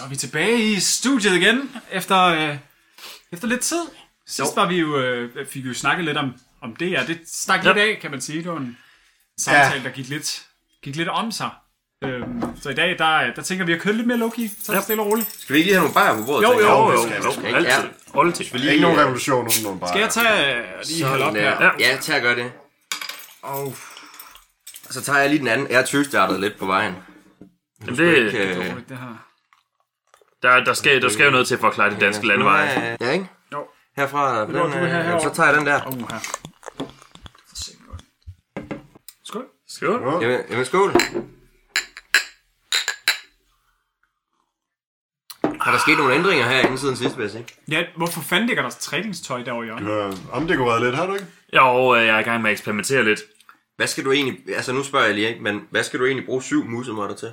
er vi tilbage i studiet igen, efter lidt tid. Sidst var vi jo, fik vi jo snakket lidt om det her. Det stak lidt af, kan man sige. Det var en samtale, der gik lidt om sig. Så i dag, der tænker vi at køre lidt mere low-key, så det stille og roligt. Skal vi ikke lige have nogle bajer på bordet? Jo. Altid. Ikke nogen revolution uden nogen bajer. Skal jeg tage lige hælde op her? Ja, tag at gøre det. Og så tager jeg lige den anden. Jeg har tyvstartet lidt på vejen. Det her. Der skal jo noget til for at klare de danske landeveje. Ja, ikke? Jo. Herfra, så tager jeg den der. Her. Skål. Skål. Jamen skål. Har der sket nogle ændringer her inden siden sidst, vil jeg sige? Ja, hvorfor fanden ligger der træningstøj derovre, Jørgen? Du har omdekoreret lidt, har du ikke? Jo, jeg er i gang med at eksperimentere lidt. Hvad skal du egentlig... Altså, nu spørger jeg lige, ikke? Men hvad skal du egentlig bruge 7 musemotter til?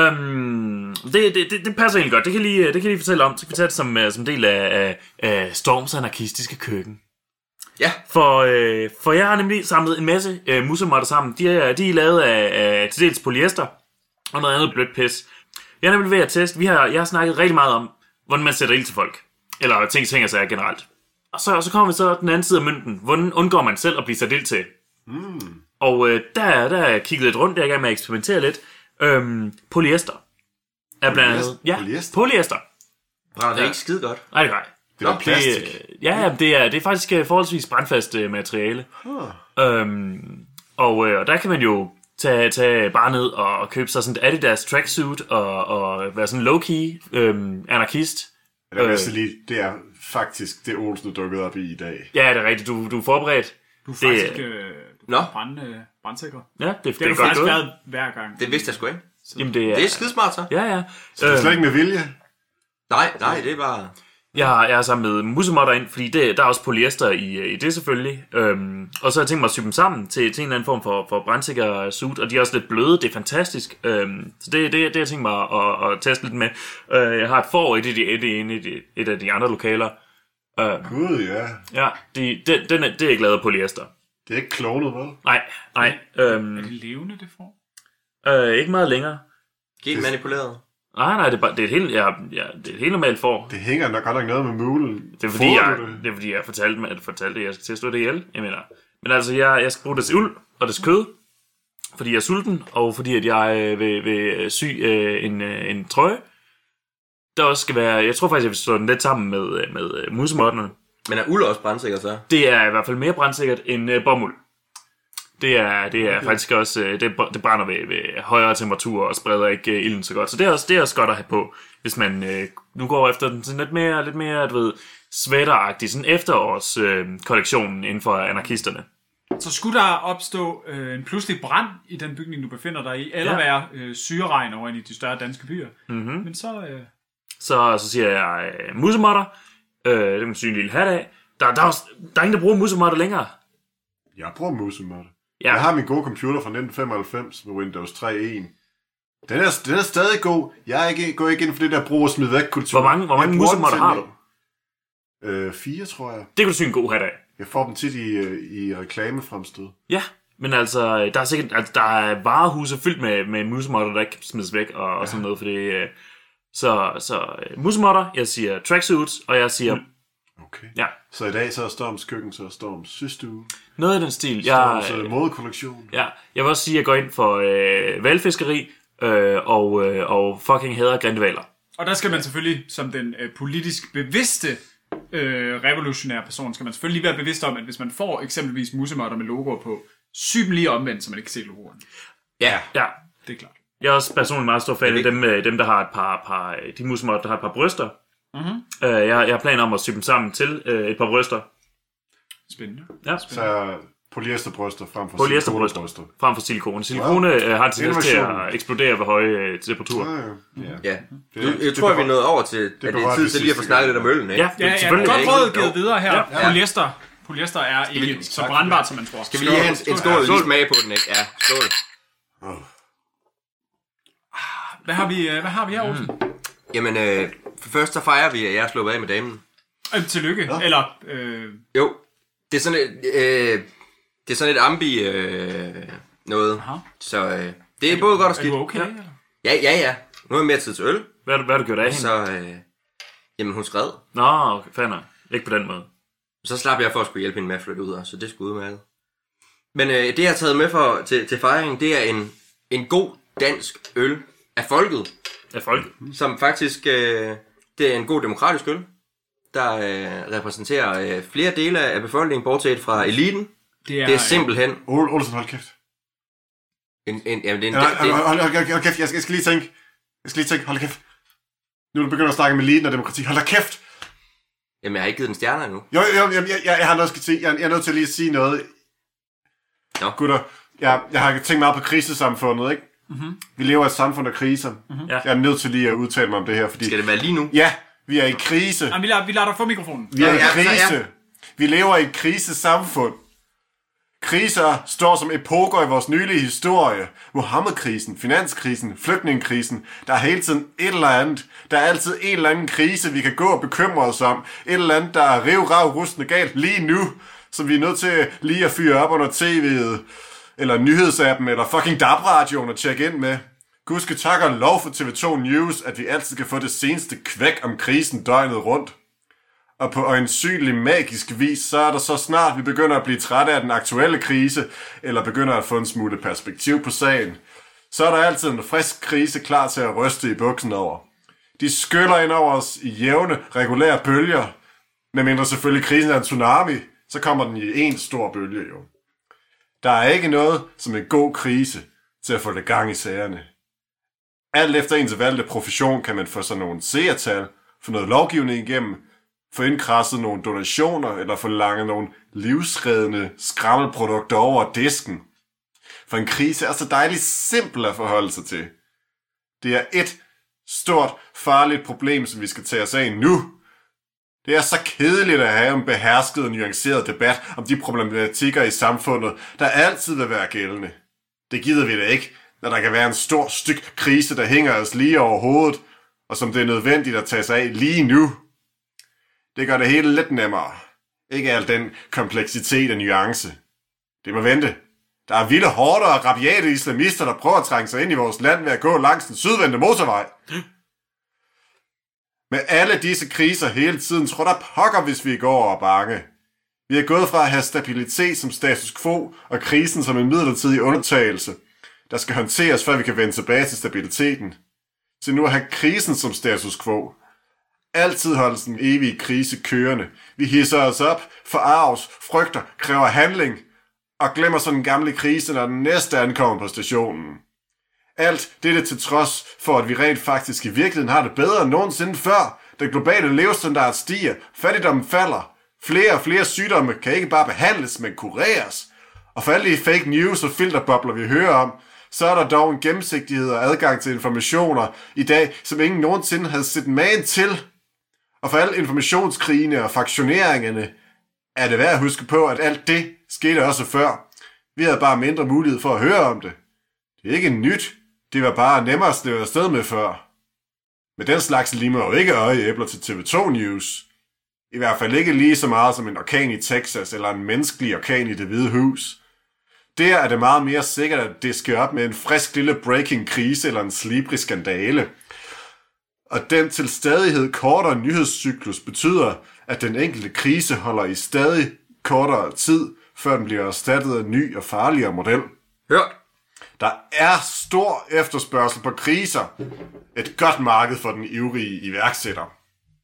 Det passer egentlig godt. Det kan jeg lige fortælle om. Så kan vi tage det som del af Storms anarkistiske køkken. Ja. For jeg har nemlig samlet en masse musemotter sammen. De er lavet af til dels polyester og noget andet blødt pis. Jeg er nemlig ved at teste. Jeg har snakket rigtig meget om, hvordan man sætter ild til folk. Eller ting hænger sig generelt. Og så kommer vi så den anden side af mønten. Hvordan undgår man selv at blive sat ild til? Og der er jeg kigget lidt rundt. Jeg er i gang med at eksperimentere lidt. Polyester er blandt andet... Ja, polyester. Brænder det ikke skide godt? Nej, det gør jeg. Det er plastik. Det er faktisk forholdsvis brandfast materiale. Og der kan man jo tage bare ned og købe sig sådan et Adidas tracksuit og være sådan low-key anarkist. Det er faktisk det, Olsen er dukket op i dag. Ja, det er rigtigt. Du er forberedt. Du er faktisk brandsikrer. Ja, det er faktisk været hver gang. Det vidste jeg sgu ikke. Jamen, det er skidesmart, så. Ja. Så det er slet ikke med vilje? Nej, det er bare... Jeg har samlet musemotter ind, fordi der er også polyester i det selvfølgelig. Og så har jeg tænkt mig at sy dem sammen til en eller anden form for brandsikker suit, og de er også lidt bløde, det er fantastisk. Så det har jeg tænkt mig at teste lidt med. Jeg har et får i et af de andre lokaler. Gud, ja. Ja, det er glad af polyester. Det er ikke klonet, vel? Nej. Er det levende, det får? Ikke meget længere. Genmanipuleret? Nej, det er et helt normalt får. Det hænger nok godt nok noget med mulen. Det er fordi jeg fortalte at jeg skal til at slå det ihjel. Jeg mener. Men altså, jeg skal bruge det til uld og det kød, fordi jeg er sulten, og fordi at jeg vil sy en trøje, der også skal være... Jeg tror faktisk, jeg vil slå den lidt sammen med musemotterne. Men er uld også brandsikkert så? Det er i hvert fald mere brandsikkert end bomuld. Det er faktisk også, det brænder ved højere temperaturer og spreder ikke ilden så godt. Så det er også godt at have på, hvis man nu går efter den sådan lidt mere, du ved, sweateragtig, sådan efterårskollektionen inden for anarkisterne. Så skulle der opstå en pludselig brand i den bygning, du befinder dig i, eller være syreregn over en af de større danske byer. Mm-hmm. Men så siger jeg musemotter, det kan man syge en lille hat af. Der er ingen, der bruger musemotter længere. Jeg bruger musemotter. Ja. Jeg har min gode computer fra 1995 med Windows 3.1. Den er stadig god. Jeg går ikke ind for det der brug og smid væk kultur. Hvor mange musemotter har du? 4, tror jeg. Det kan du syge en god hat af. Jeg får dem tit i reklamefremstød. Ja, men altså, der er varehuse fyldt med musemotter, der ikke kan smides væk og sådan noget, for det. Så musemotter, jeg siger tracksuits, og jeg siger... Okay. Ja. Så i dag så er Storms køkken, så er Storms systue. Noget af den stil. Storms modekollektion. Ja, jeg vil også sige, at jeg går ind for valfiskeri og fucking hader grindvaler. Og der skal man selvfølgelig, som den politisk bevidste revolutionære person, skal man selvfølgelig lige være bevidst om, at hvis man får eksempelvis musemotter med logoer på, sy dem lige omvendt, så man ikke ser logoerne. Ja. Det er klart. Jeg er også personligt meget stor fan af dem der har et par de musemotter, der har et par bryster. Mm-hmm. Jeg har planer om at sy dem sammen til et par bryster. Spændende. Ja. Så polyesterbrøster frem for silikonebryster. Frem for silikone. Silikone har en tendens til at eksplodere ved høje temperaturer. Ja. Jeg tror, vi er nået over til, at det er tid til lige at få snakket lidt om øllen, ikke? Ja, selvfølgelig. Godt råd givet videre her. Ja. Polyester er ikke så brandbart, som man tror. Skal vi lige have en skål og lige smage på den, ikke? Ja, skål. Hvad har vi her, Olsen? Jamen, for først så fejrer vi, at jeg er sluppet af med damen. Tillykke. Ja. Eller... Jo, det er sådan et ambi noget. Aha. Så det er både godt og skidt. Er du okay? Ja. Ja. Nu er jeg mere tid til øl. Hvad har du gjort af hende? Så, jamen hun skred. Nå, okay, fanden. Ikke på den måde. Så slap jeg for at skulle hjælpe hende med at flytte ud, så det skulle udmærket. Men det, jeg har taget med til fejringen, det er en god dansk øl af folket. Af folk? Som faktisk, det er en god demokratisk øl, der repræsenterer flere dele af befolkningen, bortset fra eliten. Det er simpelthen... Olsen, hold kæft. Hold kæft, jeg skal lige tænke. Hold kæft. Nu er du begyndt at snakke med eliten og demokrati. Hold da kæft. Jamen, jeg har ikke givet den stjerner endnu. Jo, jeg har noget at sige. Jeg er nødt til lige at sige noget. Nå. Gutter, jeg har tænkt meget på krisesamfundet, ikke? Mm-hmm. Vi lever i et samfund af kriser. Mm-hmm. Jeg er nødt til lige at udtale mig om det her, fordi... Skal det være lige nu? Ja, vi er i krise. Jamen, vi lader dig få mikrofonen. Vi er i krise. Ja. Vi lever i et krisesamfund. Kriser står som epoker i vores nylige historie. Mohammed-krisen, finanskrisen, flygtningekrisen. Der er hele tiden et eller andet. Der er altid en eller anden krise, vi kan gå og bekymre os om. Et eller andet, der er rustende galt lige nu, som vi er nødt til lige at fyre op under tv'et, eller nyhedsappen, eller fucking DAB-radioen og tjekke ind med. Gudske tak og lov for TV2 News, at vi altid kan få det seneste kvæk om krisen døgnet rundt. Og på øjensynlig magisk vis, så er der så snart, vi begynder at blive trætte af den aktuelle krise, eller begynder at få en smule perspektiv på sagen, så er der altid en frisk krise klar til at ryste i buksen over. De skyller ind over os i jævne, regulære bølger, medmindre selvfølgelig krisen er en tsunami, så kommer den i en stor bølge jo. Der er ikke noget som en god krise til at få det gang i sagerne. Alt efter ens valgte profession kan man få sådan nogle seertal, få noget lovgivning igennem, få indkrasset nogle donationer eller forlange nogle livsreddende skrammelprodukter over disken. For en krise er så dejligt simpel at forholde sig til. Det er et stort, farligt problem, som vi skal tage os af nu. Det er så kedeligt at have en behersket og nuanceret debat om de problematikker i samfundet, der altid vil være gældende. Det gider vi da ikke, når der kan være en stor styk krise, der hænger os lige over hovedet, og som det er nødvendigt at tage sig af lige nu. Det gør det hele lidt nemmere. Ikke al den kompleksitet og nuance. Det må vente. Der er vilde horder og rabiate islamister, der prøver at trænge sig ind i vores land ved at gå langs den sydvendte motorvej. Med alle disse kriser hele tiden tror der pokker, hvis vi går og bange. Vi er gået fra at have stabilitet som status quo og krisen som en midlertidig undtagelse, der skal håndteres, før vi kan vende tilbage til stabiliteten, til nu at have krisen som status quo. Altid holdes den evige krise kørende. Vi hisser os op, forarves, frygter, kræver handling og glemmer sådan en gamle krise, når den næste ankommer på stationen. Alt dette til trods for, at vi rent faktisk i virkeligheden har det bedre end nogensinde før. Den globale levestandard stiger, fattigdommen falder, flere og flere sygdomme kan ikke bare behandles, men kureres. Og for alle de fake news og filterbobler, vi hører om, så er der dog en gennemsigtighed og adgang til informationer i dag, som ingen nogensinde havde set magen til. Og for alle informationskrigene og fraktioneringerne er det værd at huske på, at alt det skete også før. Vi havde bare mindre mulighed for at høre om det. Det er ikke nyt. Det var bare nemmere at slippe afsted med før. Men den slags limer jo ikke øjeæbler til TV2 News. I hvert fald ikke lige så meget som en orkan i Texas eller en menneskelig orkan i Det Hvide Hus. Der er det meget mere sikkert, at det skal op med en frisk lille breaking krise eller en slibrig skandale. Og den til stadighed kortere nyhedscyklus betyder, at den enkelte krise holder i stadig kortere tid, før den bliver erstattet af en ny og farligere model. Hørt. Der er stor efterspørgsel på kriser. Et godt marked for den ivrige iværksætter.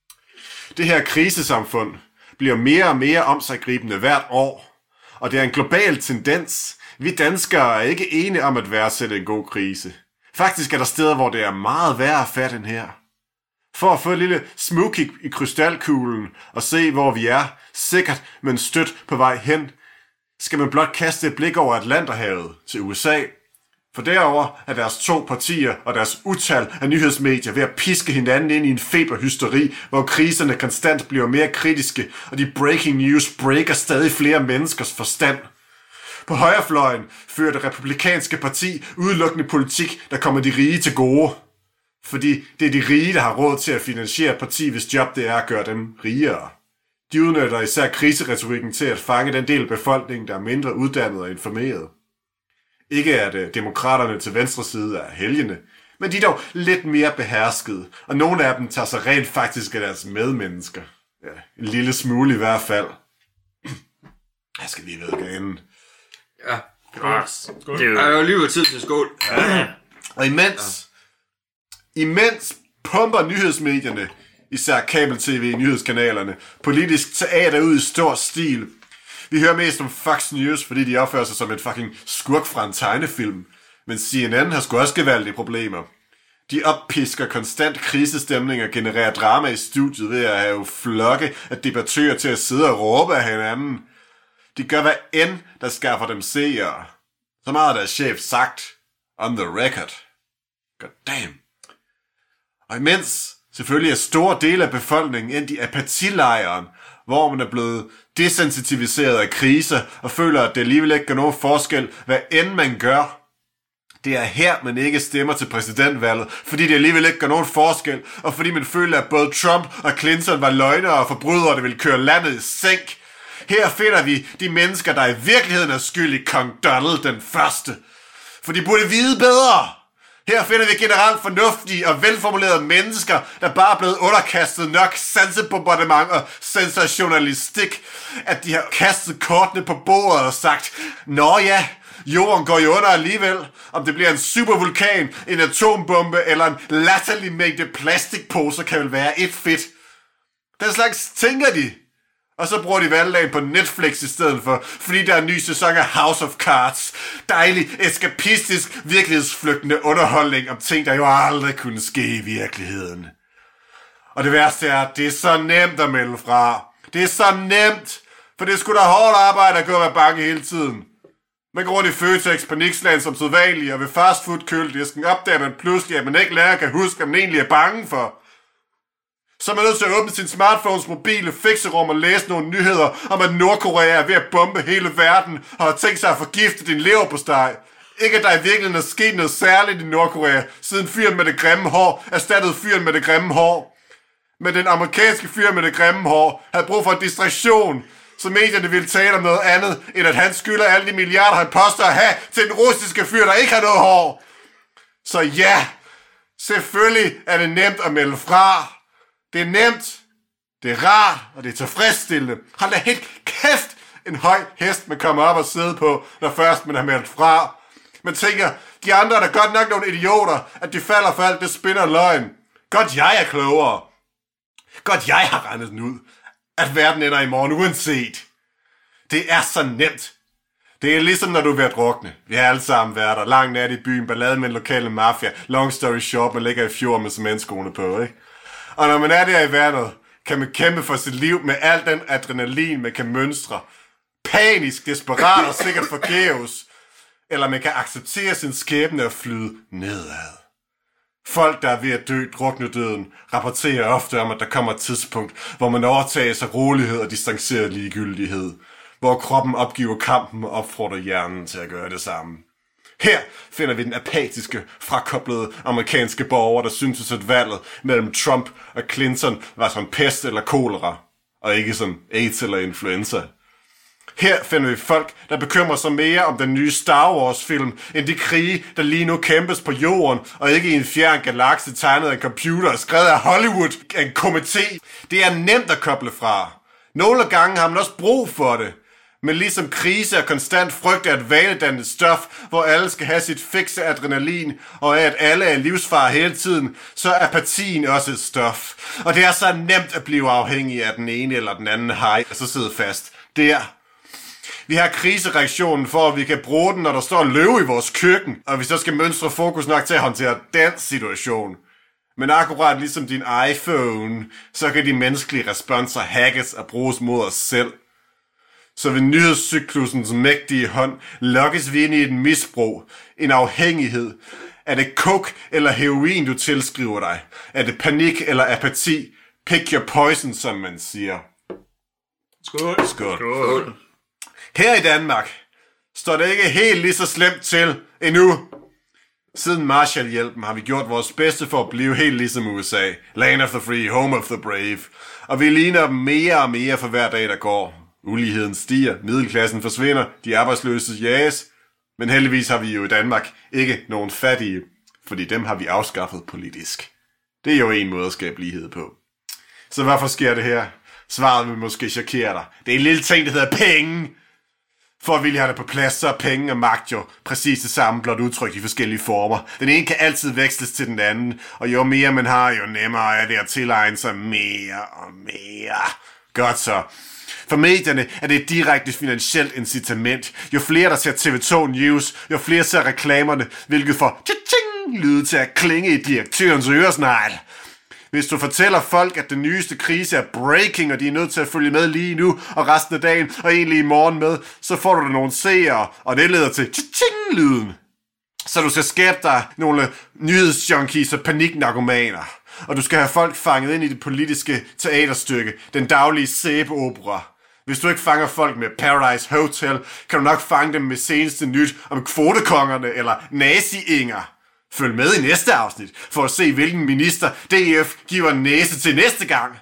Det her krisesamfund bliver mere og mere omsiggribende hvert år. Og det er en global tendens. Vi danskere er ikke enige om at værdsætte en god krise. Faktisk er der steder, hvor det er meget værre fat end her. For at få et lille smugkig i krystalkuglen og se, hvor vi er, sikkert men stødt på vej hen, skal man blot kaste et blik over Atlanterhavet til USA. For derover er deres to partier og deres utal af nyhedsmedier ved at piske hinanden ind i en feberhysteri, hvor kriserne konstant bliver mere kritiske, og de breaking news breaker stadig flere menneskers forstand. På højrefløjen fører det republikanske parti udelukkende politik, der kommer de rige til gode. Fordi det er de rige, der har råd til at finansiere et parti, hvis job det er at gøre dem rigere. De udnytter især kriseretorikken til at fange den del af befolkningen, der er mindre uddannet og informeret. Ikke at demokraterne til venstre side er helgene, Men de er dog lidt mere beherskede, og nogle af dem tager sig rent faktisk af deres medmennesker. Ja, en lille smule i hvert fald. Jeg skal lige ved igen. Ja. Det er jo... Der er jo lige tid til skål. Og imens pumper nyhedsmedierne, især kabel-tv, nyhedskanalerne, politisk teater ud i stor stil. Vi hører mest om Fox News, fordi de opfører sig som en fucking skurk fra en tegnefilm. Men CNN har sgu også gevaldige problemer. De oppisker konstant krisestemning og genererer drama i studiet ved at have flokke af debattører til at sidde og råbe af hinanden. De gør hvad end, der skaffer dem seere. Så meget deres chef sagt. On the record. God damn. Og imens selvfølgelig er store dele af befolkningen endt i apatilejren, hvor man er blevet desensitiseret af kriser og føler, at det alligevel ikke gør nogen forskel, hvad end man gør. Det er her, man ikke stemmer til præsidentvalget, fordi det alligevel ikke gør nogen forskel, og fordi man føler, at både Trump og Clinton var løgnere og forbrydere, der ville køre landet i sænk. Her finder vi de mennesker, der i virkeligheden er skyld i Kong Donald den første. For de burde vide bedre. Her finder vi generelt fornuftige og velformulerede mennesker, der bare er blevet underkastet nok sansebombardement og sensationalistik, at de har kastet kortene på bordet og sagt, nå ja, jorden går jo under alligevel, om det bliver en supervulkan, en atombombe eller en latterlig mængde plastikposer kan vel være et fedt. Den slags tænker de. Og så bruger de valgdagen på Netflix i stedet for, fordi der er en ny sæson af House of Cards. Dejlig, eskapistisk, virkelighedsflygtende underholdning om ting, der jo aldrig kunne ske i virkeligheden. Og det værste er, at det er så nemt at melde fra. Det er så nemt, for det er sgu da hårdt arbejde at gå og være bange hele tiden. Man går rundt i Føtex panikslagen som sædvanlig, og ved fastfood køledisken opdager man pludselig, at man ikke længere kan huske, hvad man egentlig er bange for. Så er man nødt til at åbne sin smartphones mobile fikserum og læse nogle nyheder om, at Nordkorea er ved at bombe hele verden og har tænkt sig at forgifte din leverpostej. Ikke at der i virkeligheden er sket noget særligt i Nordkorea, siden fyren med det grimme hår erstattede fyren med det grimme hår. Men den amerikanske fyr med det grimme hår havde brug for en distraktion, så medierne ville tale om noget andet, end at han skylder alle de milliarder, han påstår at have til den russiske fyr, der ikke har noget hår. Så ja, selvfølgelig er det nemt at melde fra. Det er nemt, det er rart, og det er tilfredsstillende. Hold da helt kæft, en høj hest, man kommer op og sidde på, når først man har meldt fra. Man tænker, de andre er da godt nok nogle idioter, at de falder for alt det spinder løgn. Godt jeg er klogere. Godt jeg har regnet den ud, at verden ender i morgen uanset. Det er så nemt. Det er ligesom når du er ved at drukne. Vi har alle sammen været der. Lang nat i byen, ballade med en lokale mafia. Long story short, man ligger i fjord med cementskoene på, ikke? Og når man er der i vandet, kan man kæmpe for sit liv med al den adrenalin, man kan mønstre. Panisk, desperat og sikkert forgæves. Eller man kan acceptere sin skæbne og flyde nedad. Folk, der er ved at dø druknedøden, rapporterer ofte om, at der kommer et tidspunkt, hvor man overtager sig rolighed og distanceret ligegyldighed. Hvor kroppen opgiver kampen og opfordrer hjernen til at gøre det samme. Her finder vi den apatiske, frakoblede amerikanske borger, der syntes, at valget mellem Trump og Clinton var som pest eller kolera, og ikke som AIDS eller influenza. Her finder vi folk, der bekymrer sig mere om den nye Star Wars-film, end de krige, der lige nu kæmpes på jorden, og ikke i en fjern galakse tegnet af en computer og skrevet af Hollywood af en komité. Det er nemt at koble fra. Nogle gange har man også brug for det. Men ligesom krise og konstant frygt er et vanedannende stof, hvor alle skal have sit fikse adrenalin, og at alle er livsfare hele tiden, så er apatien også et stof. Og det er så nemt at blive afhængig af den ene eller den anden hej, og så sidde fast der. Vi har krisereaktionen for, at vi kan bruge den, når der står en løve i vores køkken, og vi så skal mønstre fokus nok til at håndtere den situation. Men akkurat ligesom din iPhone, så kan de menneskelige responser hackes og bruges mod os selv. Så ved nyhedscyklusens mægtige hånd lokkes vi ind i et misbrug, en afhængighed. Er det coke eller heroin, du tilskriver dig? Er det panik eller apati? Pick your poison, som man siger. Skål. Skål. Her i Danmark står det ikke helt lige så slemt til endnu. Siden Marshallhjælpen har vi gjort vores bedste for at blive helt ligesom USA. Land of the free, home of the brave. Og vi ligner dem mere og mere for hver dag, der går. Uligheden stiger, middelklassen forsvinder, de arbejdsløse jages. Men heldigvis har vi jo i Danmark ikke nogen fattige. fordi dem har vi afskaffet politisk. Det er jo en måde at skabe lighed på. Så hvorfor sker det her? Svaret vil måske chokere dig. Det er en lille ting, der hedder penge. For at ville have det på plads, så er penge og magt jo præcis det samme, blot udtrykt i forskellige former. Den ene kan altid veksles til den anden, og jo mere man har, jo nemmere er det at tilegne sig mere og mere. Godt så. For medierne er det et direkte finansielt incitament. Jo flere der ser TV2 News, jo flere ser reklamerne, hvilket får lyde til at klinge i direktørens øresnegl. Hvis du fortæller folk, at den nyeste krise er breaking, og de er nødt til at følge med lige nu, og resten af dagen, og egentlig i morgen med, så får du nogle seere, og det leder til lyden. Så du skal skabe dig nogle nyhedsjunkies og paniknarkomaner. Og du skal have folk fanget ind i det politiske teaterstykke, den daglige sæbeopera. Hvis du ikke fanger folk med Paradise Hotel, kan du nok fange dem med seneste nyt om kvotekongerne eller nazi-inger. Følg med i næste afsnit, for at se, hvilken minister DF giver en næse til næste gang.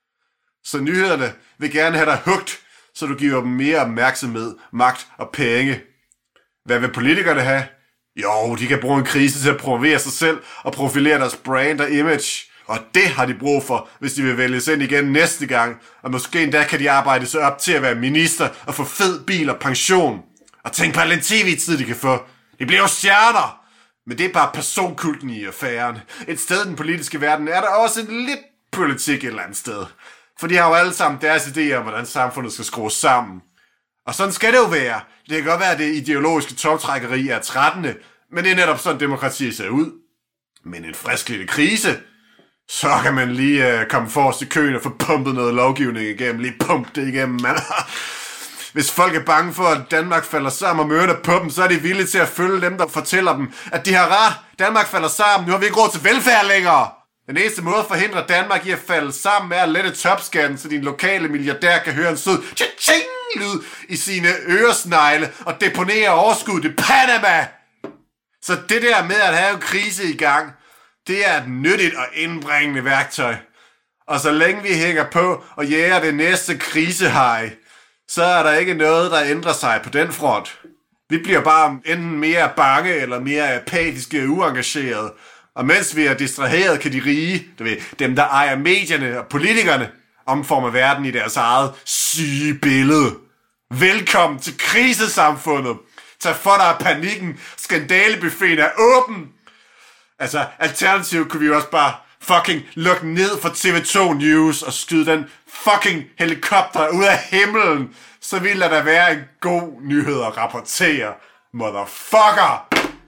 Så nyhederne vil gerne have dig hugt, så du giver dem mere opmærksomhed, magt og penge. Hvad vil politikerne have? Jo, de kan bruge en krise til at promovere sig selv og profilere deres brand og image. Og det har de brug for, hvis de vil vælges ind igen næste gang. Og måske endda kan de arbejde sig op til at være minister og få fed bil og pension. Og tænk på al den tv-tid, de kan få. De bliver jo stjerner. Men det er bare personkulten i affæren. Et sted i den politiske verden er der også en lidt politik et eller andet sted. For de har jo alle sammen deres idéer om, hvordan samfundet skal skrues sammen. Og sådan skal det jo være. Det kan godt være, at det ideologiske toptrækkeri er 13. Men det er netop sådan, demokratiet ser ud. Men en frisk lille krise, så kan man lige komme forrest i køen og få pumpet noget lovgivning igennem. Lige pumpe det igennem, mand. Hvis folk er bange for, at Danmark falder sammen og mørner på dem, så er de villige til at følge dem, der fortæller dem, at de har ret. Danmark falder sammen. Nu har vi ikke råd til velfærd længere. Den eneste måde at forhindre Danmark i at falde sammen er at lette topskatten, så din lokale milliardær kan høre en sød lyd i sine øresnegle og deponere overskuddet i Panama. Så det der med at have en krise i gang, det er et nyttigt og indbringende værktøj. Og så længe vi hænger på og jæger det næste krisehej, så er der ikke noget, der ændrer sig på den front. Vi bliver bare enten mere bange eller mere apatiske og uengagerede. Og mens vi er distraheret, kan de rige, dem der ejer medierne og politikerne, omforme verden i deres eget syge billede. Velkommen til krisesamfundet. Tag for dig af panikken. Skandalebuffeten er åben. Altså, alternativt kunne vi også bare fucking lukke ned for TV2 News og skyde den fucking helikopter ud af himlen. Så vil der være en god nyhed at rapportere. Motherfucker!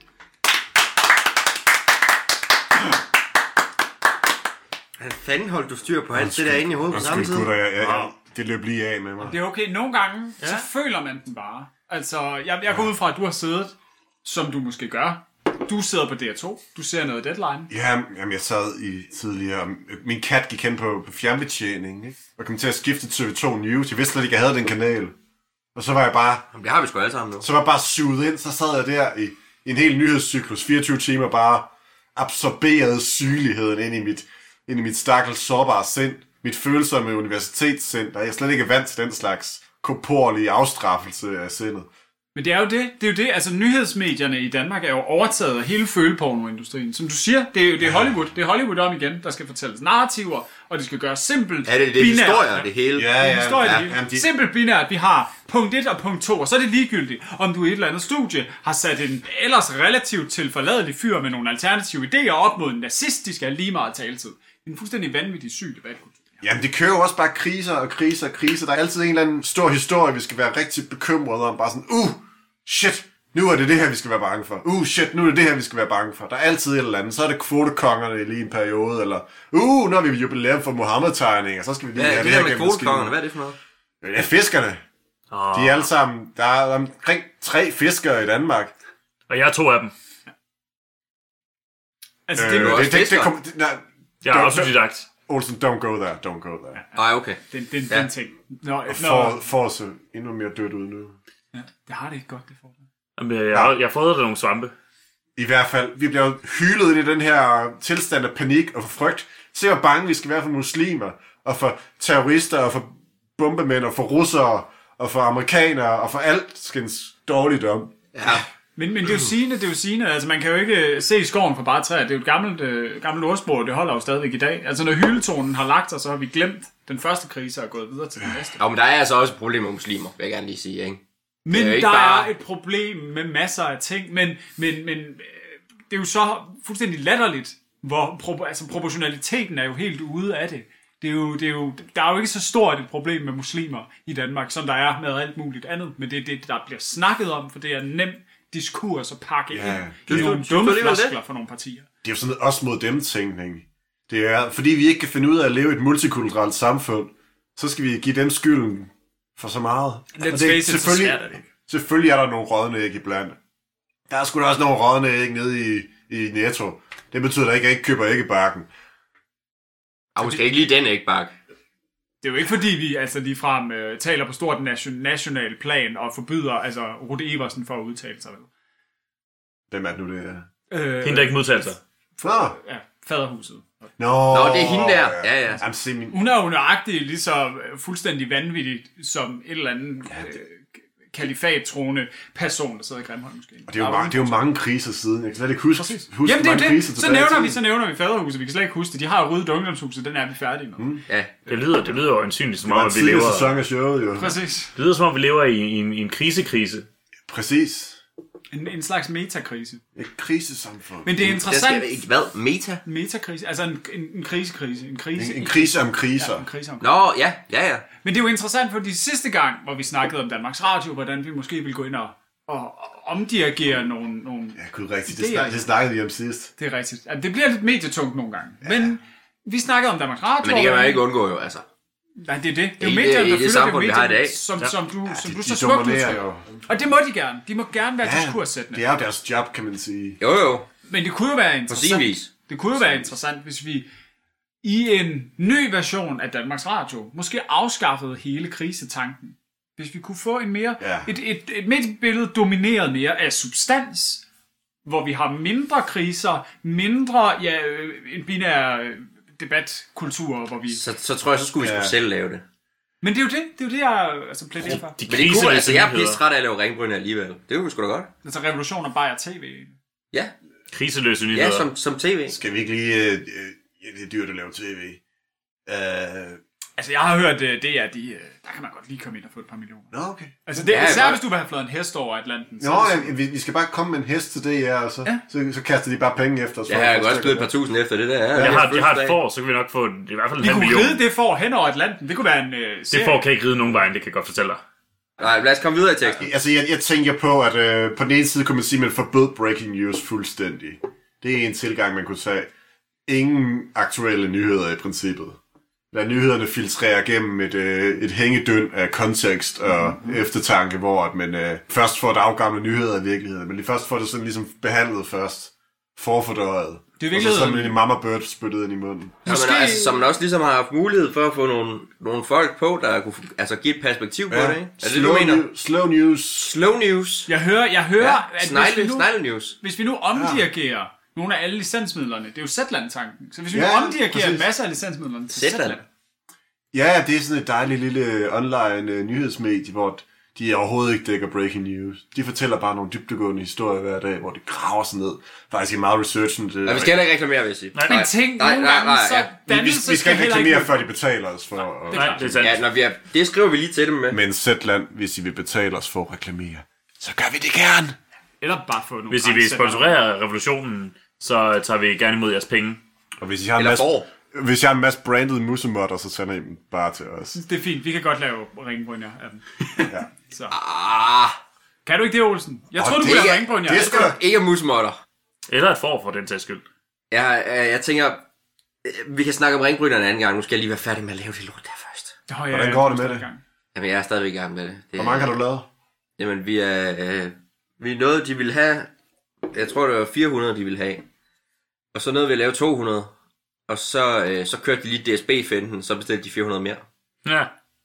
Hvad fanden holdt du styr på alt det der inde i hovedet på samme tid? Det løb lige af med mig. Det er okay. Nogle gange, så føler man den bare. Altså, jeg går ud fra, at du har siddet, som du måske gør. Du sidder på DR2. Du ser noget Deadline. Jamen, jeg sad i tidligere. Min kat gik hen på fjernbetjeningen, ikke? Og kom til at skifte til TV2 News. Jeg vidste slet ikke, jeg havde den kanal. Og så var jeg bare... Jamen, det har vi sgu alle sammen nu. Så var jeg bare suget ind. Så sad jeg der i en hel nyhedscyklus. 24 timer bare absorberede sygeligheden ind i mit stakkels sårbare sind. Mit følsomme universitetssind. Der er jeg slet ikke vant til den slags korporlige afstraffelse af sindet. Men det er jo det. Altså, nyhedsmedierne i Danmark er jo overtaget af hele følepornoindustrien. Som du siger, det er Hollywood. Det er Hollywood om igen, der skal fortælles narrativer, og det skal gøres simpelt. Ja, det er historier, det hele. Ja. Simpelt binært. Vi har punkt 1 og punkt 2, og så er det ligegyldigt, om du i et eller andet studie har sat en ellers relativt tilforladelig fyr med nogle alternative idéer op mod en nazist, de lige meget taletid. Det er en fuldstændig vanvittig syg debatkultur. Jamen, det kører jo også bare kriser. Der er altid en eller anden stor historie, vi skal være rigtig bekymrede om. Bare sådan, shit, nu er det her, vi skal være bange for. Shit, nu er det her, vi skal være bange for. Der er altid et eller andet. Så er det kvotekongerne lige en periode, eller nu er vi jubilæum for Mohammed-tegninger, så skal vi lige have det her med kvotekongerne, hvad er det for noget? Ja, fiskerne. De er alle sammen, der er omkring 3 fiskere i Danmark. Og jeg er 2 af dem. Altså, det er nu også jeg er også didakt. Olsen, don't go there. Okay. Det er en ting. For så endnu mere dødt ud nu. Ja, det har det ikke godt, det forhold. Jamen, jeg fodrede nogle svampe. I hvert fald, vi bliver hylet i den her tilstand af panik og for frygt. Se, hvor bange vi skal være for muslimer, og for terrorister, og for bombemænd, og for russere, og for amerikanere, og for alt skens dårligdom. Ja. Men det er jo sigende, altså man kan jo ikke se skoven for bare træer. Det er jo et gammelt ordsprog, det holder jo stadigvæk i dag. Altså når hyldetonen har lagt sig, så har vi glemt den første krise og gået videre til den næste. Ja, men der er altså også et problem med muslimer, vil jeg gerne lige sige, ikke? Men der er et problem med masser af ting, men det er jo så fuldstændig latterligt, hvor proportionaliteten er jo helt ude af det. Der er jo ikke så stort et problem med muslimer i Danmark, som der er med alt muligt andet, men det er det, der bliver snakket om, for det er nem diskurs at pakke ind i nogle dumme flaskler for nogle partier. Det er jo sådan en os mod dem tænkning. Det er, fordi vi ikke kan finde ud af at leve i et multikulturelt samfund, så skal vi give dem skylden for så meget. Selvfølgelig er der nogle rådne æg iblandt. Der er sgu da også nogle rådne æg nede i Netto. Det betyder da ikke, at jeg ikke køber æggebakken. Og måske ikke lige den æggebakke. Det er jo ikke fordi vi ligefrem taler på stort national plan og forbyder Rutte Eversen for at udtale sig. Hvem er det nu, det er? Hende, der ikke modtaler sig. Ja, faderhuset. Nå, det er hende der. Ja. Hun er jo nøjagtig lige så fuldstændig vanvittigt som et eller andet kalifattroende person, der sidder i Grimhøj måske. Og det er jo mange kriser siden. Jeg kan slet ikke huske Jamen, mange kriser tilbage. Så nævner vi faderhuset. Vi kan slet ikke huske det. De har jo ryddet ungdomshuset. Den er vi færdige nu. Ja. Det lyder jo ansynligt som om, at vi lever... sæson af showet, jo. Præcis. Det lyder som om, vi lever i en krisekrise. Præcis. En slags metakrise. Et krisesamfund. Men det er interessant... Hvad? Metakrise. Altså en krisekrise. En krise om kriser. Ja, en krise om kriser. Nå, ja. Men det er jo interessant, fordi sidste gang, hvor vi snakkede om Danmarks Radio, hvordan vi måske ville gå ind og omdirigere nogle ja, gud, rigtigt. Det snakkede vi om sidst. Det er rigtigt. Altså, det bliver lidt medietungt nogle gange. Ja. Men vi snakkede om Danmarks Radio. Men det kan man ikke undgå jo, altså. Nej, det er det. Det er jo medierne, der fylder det medierne, som du så smukt udtrykker. Og det må de gerne. De må gerne være diskurssættende. Det er jo deres job, kan man sige. Jo. Men det kunne jo være interessant. Det kunne jo være interessant, hvis vi i en ny version af Danmarks Radio måske afskaffede hele krisetanken. Hvis vi kunne få en mere et mediebillede domineret mere af substans, hvor vi har mindre kriser, mindre en binær debatkultur, hvor vi... Så tror jeg, så skulle vi selv lave det. Men det er jo det, jeg plæderer for. Men det kunne, altså, jeg er pissret af at lave ringbryne alligevel. Det kunne sgu da godt. Altså revolution og Bayer TV. Ja. Kriseløse nyheder. Ja, som tv. Skal vi ikke lige... det er dyrt at lave tv. Altså, jeg har hørt, der kan man godt lige komme ind og få et par millioner. Nå, okay. Altså, det er især, hvis du vil have flået en hest over Atlanten. Nå, vi skal bare komme med en hest til det, og så kaster de bare penge efter os. Ja, jeg har godt skyde et par tusind efter det der. Jeg har et får, så kan vi nok få i hvert fald en halv million. Vi kunne ride det får hen over Atlanten. Det kunne være en serie. Det får kan ikke ride nogen vejen, det kan jeg godt fortælle dig. Nej, lad os komme videre i teksten. Altså, jeg tænker på, at på den ene side kunne man sige, at man forbød breaking news fuldstændig. Det er en tilgang, man kunne tage. Ingen aktuelle nyheder i princippet. Lad nyhederne filtrere gennem et hængedøn af kontekst og eftertanke, hvor at man først får et afgamle nyheder i virkeligheden, men først får det sådan ligesom behandlet først. Forfordøjet. Det er virkelig og så sådan en mama bird spyttet ind i munden. Altså, som man også ligesom har haft mulighed for at få nogle folk på, der kunne give et perspektiv på det, ikke? Er det, du mener? Slow news. Jeg hører at Snegle news. Hvis vi nu omdirigerer nogle af alle licensmidlerne, det er jo Zetland-tanken. Så hvis vi nu omdirigerer en masse af licensmidlerne til Zetland. Ja, det er sådan et dejligt lille online nyhedsmedie, hvor de overhovedet ikke dækker breaking news. De fortæller bare nogle dybdegående historier hver dag, hvor de graver sig ned. Faktisk er meget researchen. Vi skal heller ikke reklamere, vil jeg sige. Men tænk, nogle gange så dannelse vi skal ikke reklamere, før de betaler os for. Nej, det er sandt. Ja, det skriver vi lige til dem med. Men Zetland, hvis I vil betale os for at reklamere, så gør vi det gerne. Eller bare få nogle. Hvis I vil sponsorere revolutionen, så tager vi gerne imod jeres penge. Og hvis I har hvis jeg har en masse branded musemotter, så sender I dem bare til os. Det er fint. Vi kan godt lave ringbrynjer af dem. Ja. Så. Kan du ikke det, Olsen? Jeg tror, du kunne lave ringbrynjer. Det skal ikke musemotter. Eller et får for den tages skyld. Jeg tænker, vi kan snakke om ringbrynjerne en anden gang. Nu skal jeg lige være færdig med at lave det lort der først. Hvordan går det med det? Jamen, jeg er stadigvæk i gang med det. Hvor mange har du lavet? Jamen, vi er noget, de ville have. Jeg tror, det var 400, de ville have. Og så nåede vi at lave 200. Og så kørte de lige DSB-finden, så bestilte de 400 mere. Ja.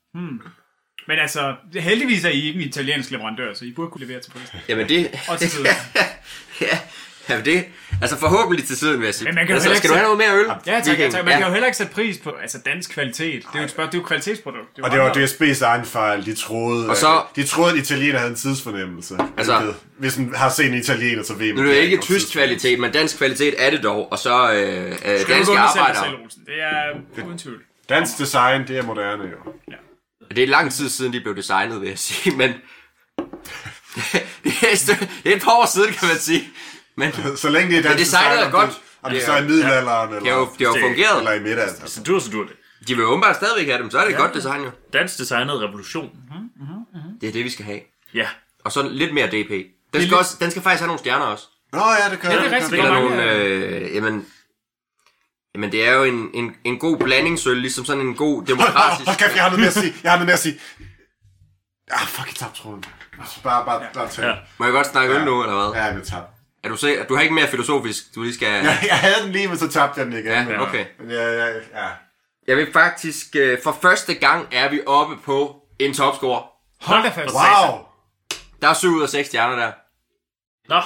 Men altså, heldigvis er I ikke en italiensk leverandør, så I burde kunne levere til prisen. Jamen det... Og til tid. Jamen det Altså forhåbentlig til siden, vil jeg sige. Men man kan jo Altså, heller skal du ikke have noget mere øl? Ja, tak. Viking? Man kan jo heller ikke sætte pris på dansk kvalitet. Det er jo et spørgsmål, det er jo kvalitetsprodukt. Og det var DSB's egen fejl. De troede, Og så- de troede, at italiener havde en tidsfornemmelse. Altså- Hvis man har set en italiener, så ved man... Nu er det ikke godt tysk tidspunkt. kvalitet, men dansk kvalitet er det dog. Og så Skal du danske gå arbejdere. selv, Olsen? Det er uden tvivl. Dansk design, det er moderne jo. Det er lang tid siden, de blev designet, vil jeg sige, men... det er et par år siden, kan man sige. Men Så længe det er dansk designet er design, godt. om det så er i middelalderen, det har jo fungeret. eller i middelalderen. Så dur det. De vil jo åbenbart stadigvæk have dem, så er det godt design jo. Dansk designet revolution. Det er det, vi skal have. Ja. Og så lidt mere DP. Den skal faktisk have nogle stjerner også. Nå ja, det kan Ja, det er jeg. rigtigt. Eller Hvor nogle, jamen det er jo en god blandingsøl, ligesom sådan en god demokratisk... Hold kæft, jeg har noget mere at sige. Fuck, jeg tabte tråden. Bare tag. Ja. Må jeg godt snakke øl nu, eller hvad? Ja, jeg tabte. Er du sikker? Du har ikke mere filosofisk, du lige skal... Jeg havde den lige, men så tabte jeg den igen. Ja, okay. Men ja. Jeg vil faktisk... For første gang er vi oppe på en topscore. Hold da fast. Wow! Der er 7 ud af 6 stjerner der. Nå.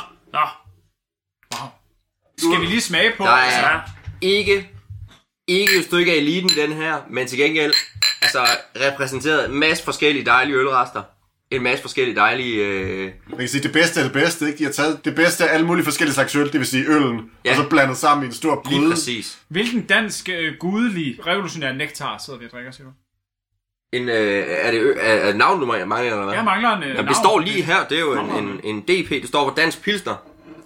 Skal vi lige smage på? Der er ikke et stykke af eliten den her, men til gengæld repræsenteret en masse forskellige dejlige ølrester. En masse forskellige dejlige... Man kan sige, det bedste er det bedste, ikke? De har taget det bedste af alle mulige forskellige slags øl, det vil sige øllen, Ja. og så blandet sammen i en stor Lige gryde. præcis. Hvilken dansk gudelig revolutionær nektar sidder vi og drikker, siger du? Er det navn, du mangler, eller hvad? Jeg mangler en Jamen, navn. det står lige her, det er jo en DP, det står for Dansk Pilsner.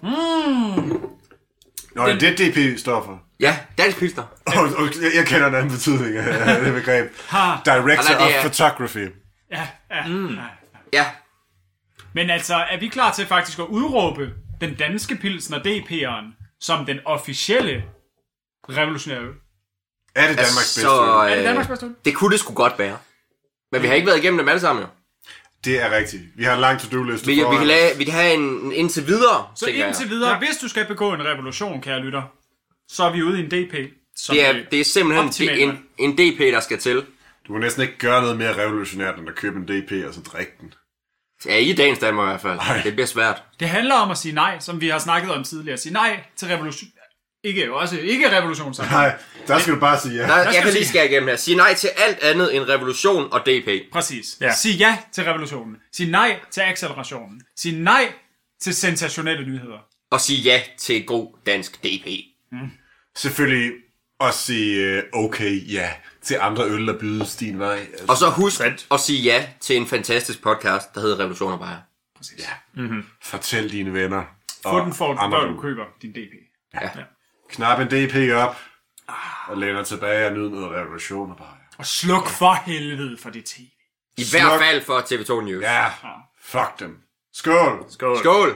Nå, det er det, DP står for. Ja, Dansk Pilsner. Jeg kender en anden betydning af det begreb. Director det er- of Photography. Ja. Ja, Men altså, er vi klar til faktisk at udråbe den danske pilsner DP'eren som den officielle revolutionære øl? Er det Danmarks bedste så, øl? Er det Danmarks bedste øl? det kunne det sgu godt være. Men vi har ikke været igennem dem alle sammen, jo. Det er rigtigt. Vi har en lang to-do-liste Vi kan have en indtil videre, Så tænker jeg. indtil videre, hvis du skal begå en revolution, kære lytter, så er vi ude i en DP. Som Det er simpelthen optimalt. en DP, der skal til. Du kan næsten ikke gøre noget mere revolutionært, end at købe en DP og så drikke den. Ja, i dagens Danmark i hvert fald. Ej. Det bliver svært. Det handler om at sige nej, som vi har snakket om tidligere. Sige nej til revolution. Ikke revolution sammen. Nej, der skal du bare sige ja. Jeg skal kan vi lige sige- skære igennem her. Sig nej til alt andet end revolution og DP. Præcis. Ja. Sig ja til revolutionen. Sig nej til accelerationen. Sig nej til sensationelle nyheder. Og sige ja til et god dansk DP. Selvfølgelig også sige okay ja til andre øl, der bydes din vej. Altså, Og så husk Sandt. at sige ja til en fantastisk podcast, der hedder Revolution og Bajer. Præcis. fortæl dine venner. Få den for, andre når øl. du køber din DP. Ja. Knap en DP op, og læner tilbage og nyder noget revolution og bare. Og sluk for helvede for det tv. I hvert fald for TV2 News. Ja, fuck dem. Skål! Skål!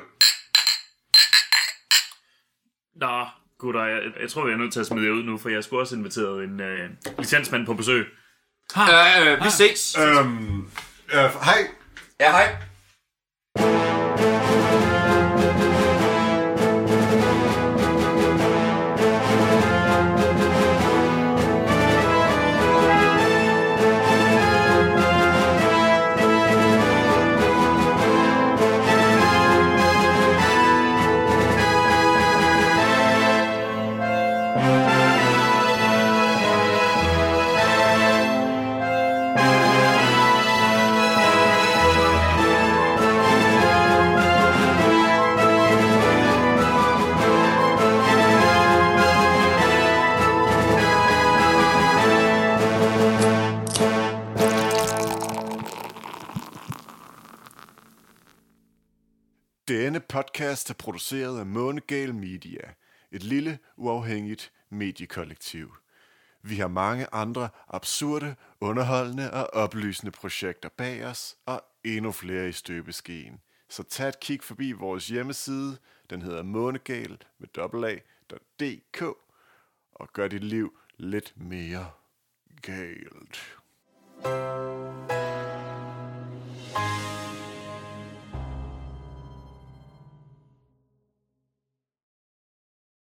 Nå, gutter, jeg tror, jeg er nødt til at smide jer ud nu, for jeg skulle også inviteret en licensmand på besøg. Vi ses. Hej. Ja, hej. Denne podcast er produceret af Månegal Media, et lille, uafhængigt mediekollektiv. Vi har mange andre absurde, underholdende og oplysende projekter bag os, og endnu flere i støbeskeen. Så tag et kig forbi vores hjemmeside, den hedder månegal.dk, og gør dit liv lidt mere galt.